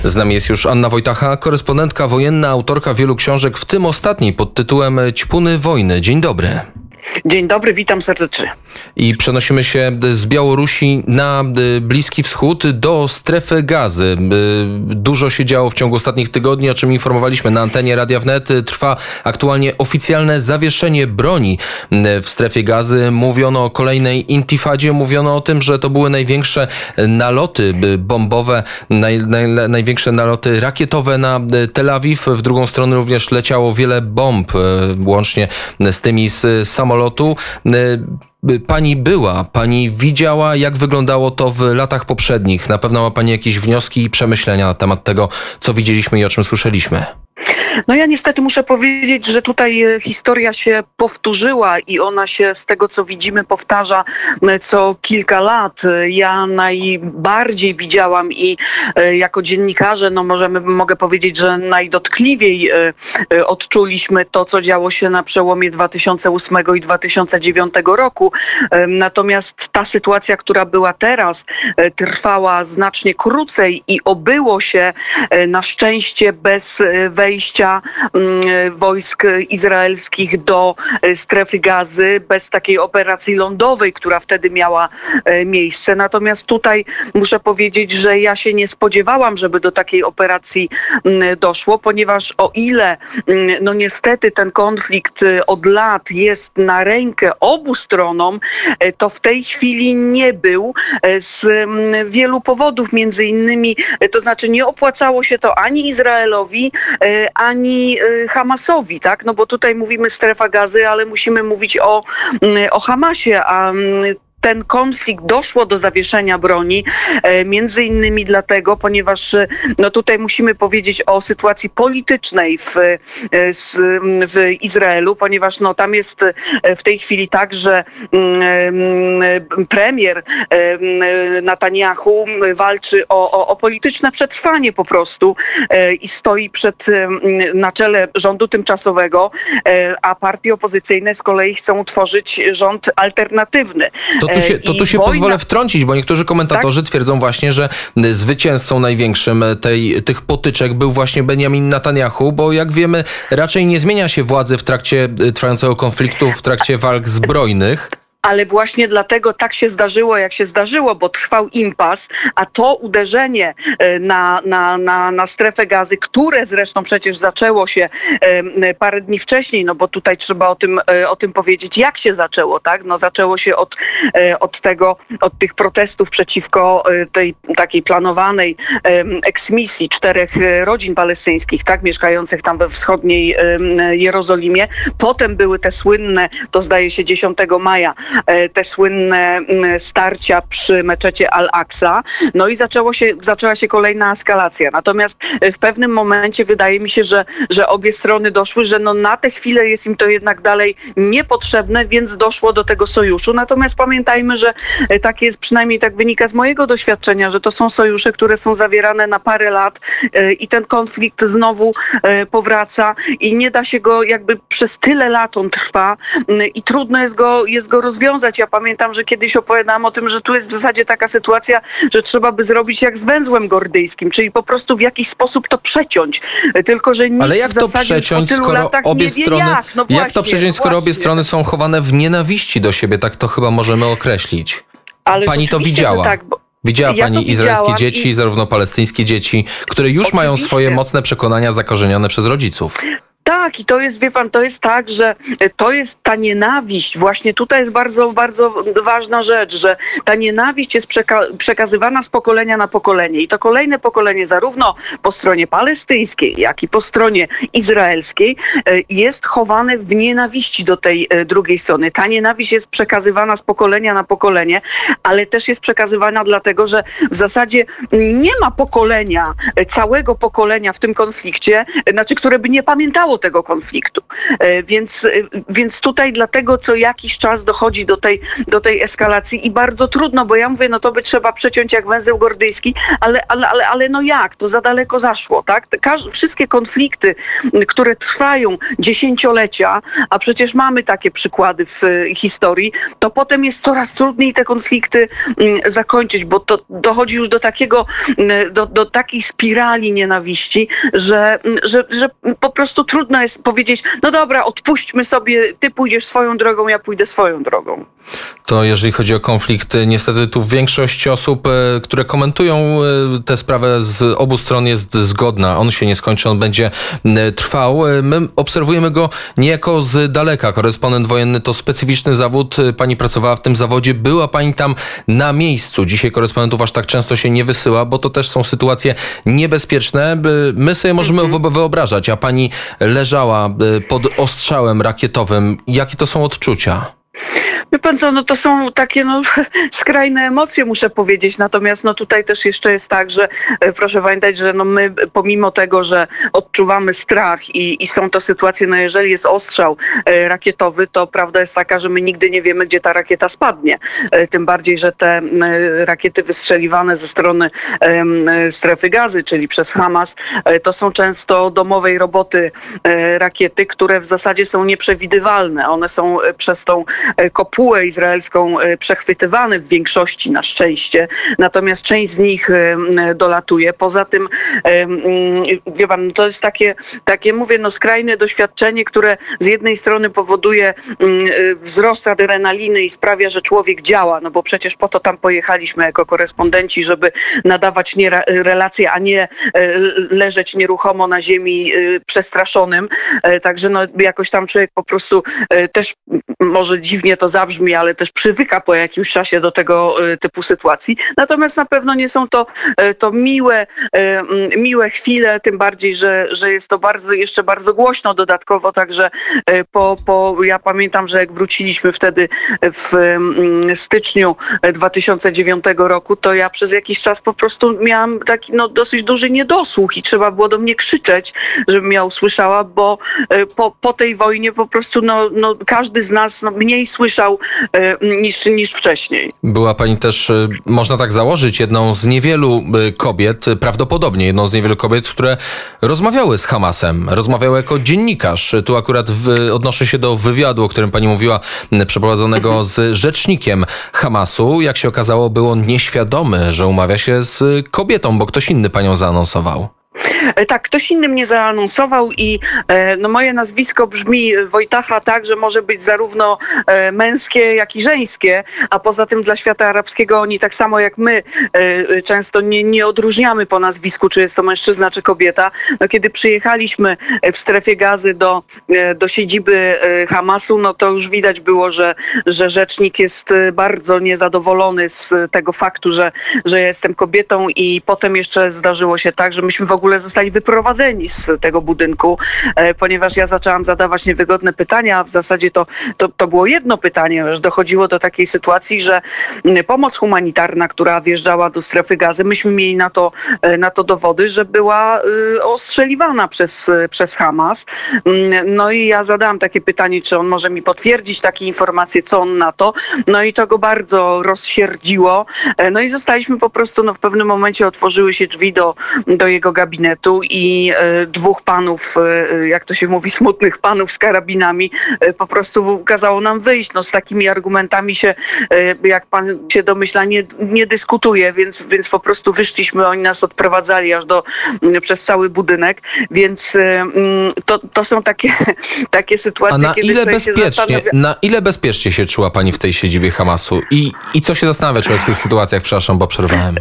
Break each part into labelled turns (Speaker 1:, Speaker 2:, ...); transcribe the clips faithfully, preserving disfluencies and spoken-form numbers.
Speaker 1: Z nami jest już Anna Wojtacha, korespondentka wojenna, autorka wielu książek, w tym ostatniej pod tytułem Ćpuny wojny. Dzień dobry.
Speaker 2: Dzień dobry, witam serdecznie.
Speaker 1: I przenosimy się z Białorusi na Bliski Wschód, do strefy Gazy. Dużo się działo w ciągu ostatnich tygodni, o czym informowaliśmy na antenie Radia Wnet. Trwa aktualnie oficjalne zawieszenie broni w strefie Gazy. Mówiono o kolejnej intifadzie, mówiono o tym, że to były największe naloty bombowe, naj, naj, największe naloty rakietowe na Tel Awiw. W drugą stronę również leciało wiele bomb, łącznie z tymi z samolotu. Pani była, pani widziała, jak wyglądało to w latach poprzednich. Na pewno ma pani jakieś wnioski i przemyślenia na temat tego, co widzieliśmy i o czym słyszeliśmy.
Speaker 2: No ja niestety muszę powiedzieć, że tutaj historia się powtórzyła i ona się z tego, co widzimy, powtarza co kilka lat. Ja najbardziej widziałam i jako dziennikarze, no możemy, mogę powiedzieć, że najdotkliwiej odczuliśmy to, co działo się na przełomie dwa tysiące ósmego i dwa tysiące dziewiątego roku. Natomiast ta sytuacja, która była teraz, trwała znacznie krócej i obyło się na szczęście bez wejścia wojsk izraelskich do strefy Gazy, bez takiej operacji lądowej, która wtedy miała miejsce. Natomiast tutaj muszę powiedzieć, że ja się nie spodziewałam, żeby do takiej operacji doszło, ponieważ o ile no niestety ten konflikt od lat jest na rękę obu stronom, to w tej chwili nie był z wielu powodów, między innymi, to znaczy nie opłacało się to ani Izraelowi, ani Hamasowi, tak? No bo tutaj mówimy strefa Gazy, ale musimy mówić o, o Hamasie, a ten konflikt doszło do zawieszenia broni, między innymi dlatego, ponieważ no tutaj musimy powiedzieć o sytuacji politycznej w, w Izraelu, ponieważ no tam jest w tej chwili tak, że premier Netanyahu walczy o, o, o polityczne przetrwanie po prostu i stoi przed, na czele rządu tymczasowego, a partie opozycyjne z kolei chcą tworzyć rząd alternatywny.
Speaker 1: To tu się, to tu się wojna... pozwolę wtrącić, bo niektórzy komentatorzy tak? twierdzą właśnie, że zwycięzcą największym tej, tych potyczek był właśnie Benjamin Netanyahu, bo jak wiemy, raczej nie zmienia się władzy w trakcie trwającego konfliktu, w trakcie walk zbrojnych.
Speaker 2: Ale właśnie dlatego tak się zdarzyło, jak się zdarzyło, bo trwał impas, a to uderzenie na, na, na, na strefę Gazy, które zresztą przecież zaczęło się parę dni wcześniej, no bo tutaj trzeba o tym, o tym powiedzieć, jak się zaczęło, tak? No zaczęło się od, od tego, od tych protestów przeciwko tej takiej planowanej eksmisji czterech rodzin palestyńskich, tak? Mieszkających tam we wschodniej Jerozolimie. Potem były te słynne, to zdaje się dziesiątego maja, te słynne starcia przy meczecie Al-Aqsa. No i zaczęło się, zaczęła się kolejna eskalacja. Natomiast w pewnym momencie wydaje mi się, że, że obie strony doszły, że no na tę chwilę jest im to jednak dalej niepotrzebne, więc doszło do tego sojuszu. Natomiast pamiętajmy, że tak jest, przynajmniej tak wynika z mojego doświadczenia, że to są sojusze, które są zawierane na parę lat i ten konflikt znowu powraca i nie da się go jakby przez tyle lat on trwa i trudno jest go, jest go rozwiązać. Ja pamiętam, że kiedyś opowiadałam o tym, że tu jest w zasadzie taka sytuacja, że trzeba by zrobić jak z węzłem gordyjskim, czyli po prostu w jakiś sposób to przeciąć. Tylko że nikt
Speaker 1: Ale jak
Speaker 2: w
Speaker 1: to
Speaker 2: zasadzie
Speaker 1: przeciąć,
Speaker 2: po tylu
Speaker 1: skoro
Speaker 2: latach
Speaker 1: obie
Speaker 2: nie wie
Speaker 1: strony,
Speaker 2: jak. No
Speaker 1: jak
Speaker 2: właśnie,
Speaker 1: to przeciąć, skoro
Speaker 2: właśnie.
Speaker 1: obie strony są chowane w nienawiści do siebie, tak to chyba możemy określić.
Speaker 2: Ale
Speaker 1: Pani to widziała.
Speaker 2: Tak, bo
Speaker 1: Widziała
Speaker 2: ja
Speaker 1: pani izraelskie dzieci,
Speaker 2: i...
Speaker 1: zarówno palestyńskie dzieci, które już
Speaker 2: Oczywiście.
Speaker 1: mają swoje mocne przekonania zakorzenione przez rodziców.
Speaker 2: Tak, i to jest, wie pan, to jest tak, że to jest ta nienawiść. Właśnie tutaj jest bardzo, bardzo ważna rzecz, że ta nienawiść jest przeka- przekazywana z pokolenia na pokolenie. I to kolejne pokolenie, zarówno po stronie palestyńskiej, jak i po stronie izraelskiej, jest chowane w nienawiści do tej drugiej strony. Ta nienawiść jest przekazywana z pokolenia na pokolenie, ale też jest przekazywana dlatego, że w zasadzie nie ma pokolenia, całego pokolenia w tym konflikcie, znaczy, które by nie pamiętało tego konfliktu. Więc, więc tutaj dlatego co jakiś czas dochodzi do tej, do tej eskalacji i bardzo trudno, bo ja mówię, no to by trzeba przeciąć jak węzeł gordyjski, ale, ale, ale, ale no jak? To za daleko zaszło, tak? Każ- wszystkie konflikty, które trwają dziesięciolecia, a przecież mamy takie przykłady w historii, to potem jest coraz trudniej te konflikty zakończyć, bo to dochodzi już do takiego, do, do takiej spirali nienawiści, że, że, że po prostu trudno jest powiedzieć, no dobra, odpuśćmy sobie, ty pójdziesz swoją drogą, ja pójdę swoją drogą.
Speaker 1: To jeżeli chodzi o konflikt, niestety tu większość osób, które komentują tę sprawę z obu stron jest zgodna. On się nie skończy, on będzie trwał. My obserwujemy go niejako z daleka. Korespondent wojenny to specyficzny zawód. Pani pracowała w tym zawodzie, była pani tam na miejscu. Dzisiaj korespondentów aż tak często się nie wysyła, bo to też są sytuacje niebezpieczne. My sobie możemy mm-hmm. wyobrażać, a pani leżała pod ostrzałem rakietowym. Jakie to są odczucia?
Speaker 2: Wie pan co, no to są takie no, skrajne emocje, muszę powiedzieć. Natomiast no tutaj też jeszcze jest tak, że e, proszę pamiętać, że no my pomimo tego, że odczuwamy strach i, i są to sytuacje, no jeżeli jest ostrzał e, rakietowy, to prawda jest taka, że my nigdy nie wiemy, gdzie ta rakieta spadnie. E, tym bardziej, że te e, rakiety wystrzeliwane ze strony e, strefy gazy, czyli przez Hamas, e, to są często domowej roboty e, rakiety, które w zasadzie są nieprzewidywalne. One są e, przez tą e, kopułę izraelską przechwytywane w większości na szczęście, natomiast część z nich dolatuje. Poza tym, wie pan, to jest takie, takie mówię, no skrajne doświadczenie, które z jednej strony powoduje wzrost adrenaliny i sprawia, że człowiek działa, no bo przecież po to tam pojechaliśmy jako korespondenci, żeby nadawać nie relacje, a nie leżeć nieruchomo na ziemi przestraszonym. Także no jakoś tam człowiek po prostu też, może dziwnie to zabrzmi, ale też przywyka po jakimś czasie do tego typu sytuacji. Natomiast na pewno nie są to, to miłe, miłe chwile, tym bardziej, że, że jest to bardzo, jeszcze bardzo głośno dodatkowo, także po, po, ja pamiętam, że jak wróciliśmy wtedy w styczniu dwa tysiące dziewiątego roku, to ja przez jakiś czas po prostu miałam taki no, dosyć duży niedosłuch i trzeba było do mnie krzyczeć, żebym ja usłyszała, bo po, po tej wojnie po prostu no, no, każdy z nas no, mniej słyszał niż, niż wcześniej.
Speaker 1: Była pani też, można tak założyć, jedną z niewielu kobiet, prawdopodobnie jedną z niewielu kobiet, które rozmawiały z Hamasem, rozmawiały jako dziennikarz. Tu akurat w, odnoszę się do wywiadu, o którym pani mówiła, przeprowadzonego z rzecznikiem Hamasu. Jak się okazało, był on nieświadomy, że umawia się z kobietą, bo ktoś inny panią zaanonsował.
Speaker 2: Tak, ktoś inny mnie zaanonsował i no, moje nazwisko brzmi Wojtacha tak, że może być zarówno męskie, jak i żeńskie, a poza tym dla świata arabskiego oni tak samo jak my często nie, nie odróżniamy po nazwisku, czy jest to mężczyzna, czy kobieta. No, kiedy przyjechaliśmy w strefie gazy do, do siedziby Hamasu, no to już widać było, że, że rzecznik jest bardzo niezadowolony z tego faktu, że, że ja jestem kobietą i potem jeszcze zdarzyło się tak, że myśmy w ogóle zostali wyprowadzeni z tego budynku, ponieważ ja zaczęłam zadawać niewygodne pytania, a w zasadzie to, to, to było jedno pytanie, że dochodziło do takiej sytuacji, że pomoc humanitarna, która wjeżdżała do strefy gazy, myśmy mieli na to, na to dowody, że była ostrzeliwana przez, przez Hamas. No i ja zadałam takie pytanie, czy on może mi potwierdzić takie informacje, co on na to. No i to go bardzo rozsierdziło. No i zostaliśmy po prostu, no w pewnym momencie otworzyły się drzwi do, do jego gabinetu i e, dwóch panów, e, jak to się mówi, smutnych panów z karabinami e, po prostu kazało nam wyjść. No z takimi argumentami się, e, jak pan się domyśla, nie, nie dyskutuje, więc, więc po prostu wyszliśmy, oni nas odprowadzali aż do, m, przez cały budynek, więc e, m, to, to są takie, takie sytuacje,
Speaker 1: A na
Speaker 2: kiedy
Speaker 1: ile bezpiecznie,
Speaker 2: zastanawia...
Speaker 1: na ile bezpiecznie się czuła pani w tej siedzibie Hamasu? I, i co się zastanawia człowiek w tych sytuacjach? Przepraszam, bo przerwałem.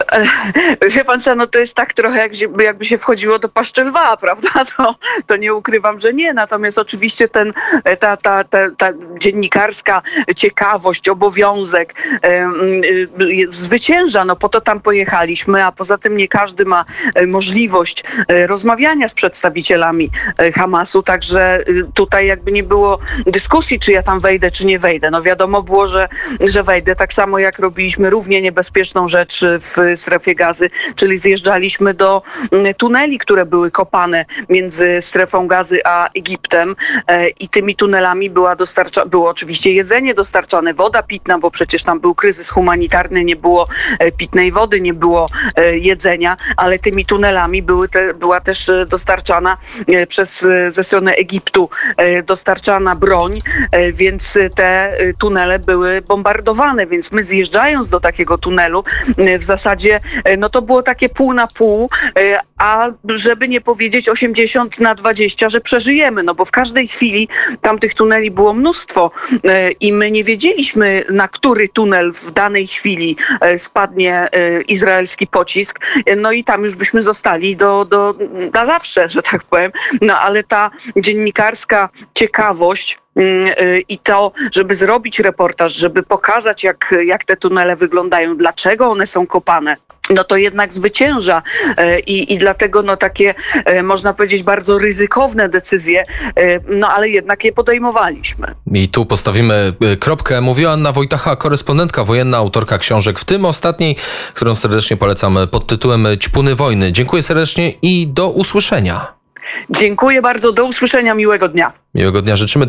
Speaker 2: Wie pan co, no to jest tak trochę jak, jakby się wchodziło do paszczy lwa, prawda? To, to nie ukrywam, że nie. Natomiast oczywiście ten, ta, ta, ta, ta dziennikarska ciekawość, obowiązek e, e, zwycięża. No po to tam pojechaliśmy, a poza tym nie każdy ma możliwość rozmawiania z przedstawicielami Hamasu, także tutaj jakby nie było dyskusji, czy ja tam wejdę, czy nie wejdę. No wiadomo było, że, że wejdę, tak samo jak robiliśmy równie niebezpieczną rzecz w strefie Gazy, czyli zjeżdżaliśmy do tuneli, które były kopane między strefą Gazy a Egiptem i tymi tunelami była dostarcza, było oczywiście jedzenie dostarczane, woda pitna, bo przecież tam był kryzys humanitarny, nie było pitnej wody, nie było jedzenia, ale tymi tunelami były te, była też dostarczana przez, ze strony Egiptu dostarczana broń, więc te tunele były bombardowane, więc my zjeżdżając do takiego tunelu w zasadzie no to było takie pół na pół, a żeby nie powiedzieć osiemdziesiąt na dwadzieścia, że przeżyjemy, no bo w każdej chwili tam tych tuneli było mnóstwo i my nie wiedzieliśmy, na który tunel w danej chwili spadnie izraelski pocisk, no i tam już byśmy zostali do, do, na zawsze, że tak powiem, no ale ta dziennikarska ciekawość i to, żeby zrobić reportaż, żeby pokazać, jak, jak te tunele wyglądają, dlaczego one są kopane, no to jednak zwycięża i, i dlatego no takie, można powiedzieć, bardzo ryzykowne decyzje, no ale jednak je podejmowaliśmy.
Speaker 1: I tu postawimy kropkę. Mówiła Anna Wojtacha, korespondentka wojenna, autorka książek, w tym ostatniej, którą serdecznie polecam, pod tytułem Ćpuny wojny. Dziękuję serdecznie i do usłyszenia.
Speaker 2: Dziękuję bardzo, do usłyszenia, miłego dnia.
Speaker 1: Miłego dnia życzymy.